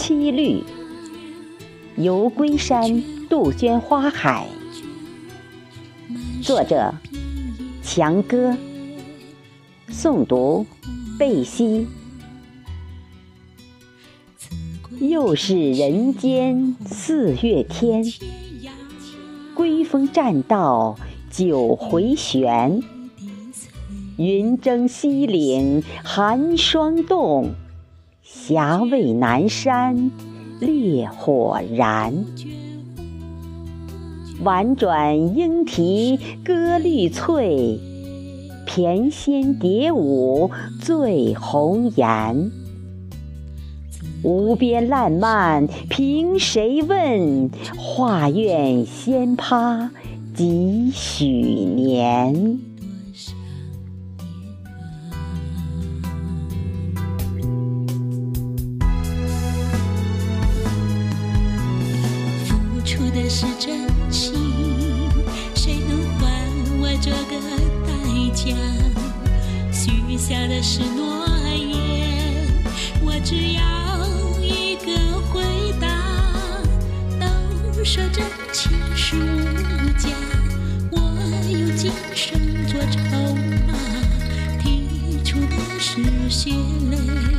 七律，游龟山杜鹃花海。作者强歌，诵读贝西。又是人间四月天，归风栈道九回旋。云蒸西岭寒霜冻，霞蔚南山烈火燃。婉转莺啼歌绿翠，翩跹蝶舞醉红颜。无边烂漫凭谁问？画院仙葩几许年。 付出的是真情，谁能还我这个代价？许下的是诺言，我只要一个回答。都说真情是无价，我用今生做筹码，提出的是血泪。